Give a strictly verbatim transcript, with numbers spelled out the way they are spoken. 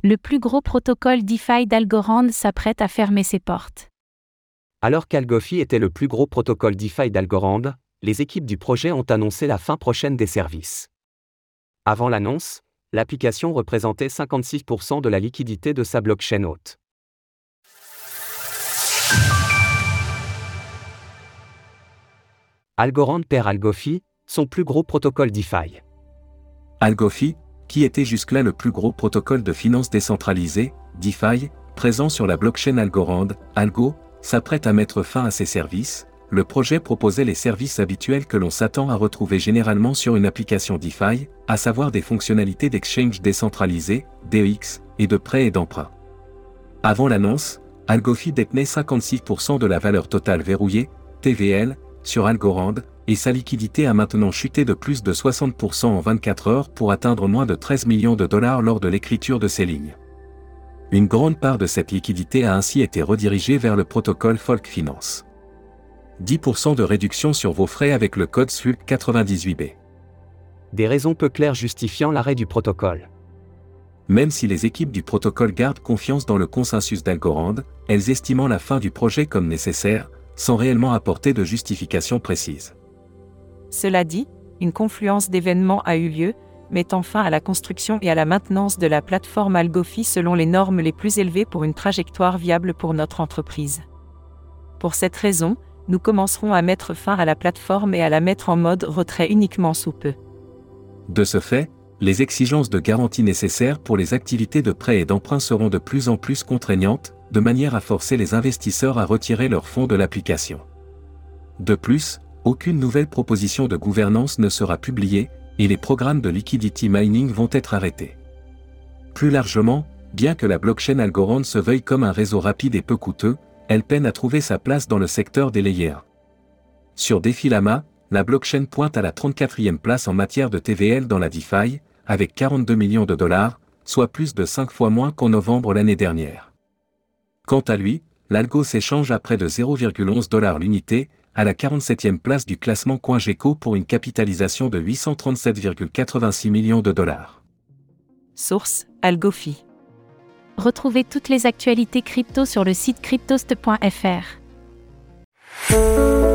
Le plus gros protocole DeFi d'Algorand s'apprête à fermer ses portes. Alors qu'Algofi était le plus gros protocole DeFi d'Algorand, les équipes du projet ont annoncé la fin prochaine des services. Avant l'annonce, l'application représentait cinquante-six pour cent de la liquidité de sa blockchain hôte. Algorand perd Algofi, son plus gros protocole DeFi. Algofi, qui était jusque-là le plus gros protocole de finance décentralisée, DeFi, présent sur la blockchain Algorand, Algo, s'apprête à mettre fin à ses services. Le projet proposait les services habituels que l'on s'attend à retrouver généralement sur une application DeFi, à savoir des fonctionnalités d'exchange décentralisé, D E X, et de prêt et d'emprunt. Avant l'annonce, Algofi détenait cinquante-six pour cent de la valeur totale verrouillée, T V L, sur Algorand, et sa liquidité a maintenant chuté de plus de soixante pour cent en vingt-quatre heures pour atteindre moins de treize millions de dollars lors de l'écriture de ces lignes. Une grande part de cette liquidité a ainsi été redirigée vers le protocole Folk Finance. dix pour cent de réduction sur vos frais avec le code S U L C quatre-vingt-dix-huit B. Des raisons peu claires justifiant l'arrêt du protocole. Même si les équipes du protocole gardent confiance dans le consensus d'Algorand, elles estimant la fin du projet comme nécessaire, sans réellement apporter de justification précise. Cela dit, une confluence d'événements a eu lieu, mettant fin à la construction et à la maintenance de la plateforme Algofi selon les normes les plus élevées pour une trajectoire viable pour notre entreprise. Pour cette raison, nous commencerons à mettre fin à la plateforme et à la mettre en mode retrait uniquement sous peu. De ce fait, les exigences de garantie nécessaires pour les activités de prêt et d'emprunt seront de plus en plus contraignantes, de manière à forcer les investisseurs à retirer leurs fonds de l'application. De plus, aucune nouvelle proposition de gouvernance ne sera publiée, et les programmes de liquidity mining vont être arrêtés. Plus largement, bien que la blockchain Algorand se veuille comme un réseau rapide et peu coûteux, elle peine à trouver sa place dans le secteur des layers un. Sur Defilama, la blockchain pointe à la trente-quatrième place en matière de T V L dans la DeFi, avec quarante-deux millions de dollars, soit plus de cinq fois moins qu'en novembre l'année dernière. Quant à lui, l'algo s'échange à près de zéro virgule onze dollars l'unité, à la quarante-septième place du classement CoinGecko pour une capitalisation de huit cent trente-sept virgule quatre-vingt-six millions de dollars. Source, Algofi. Retrouvez toutes les actualités crypto sur le site cryptost point f r.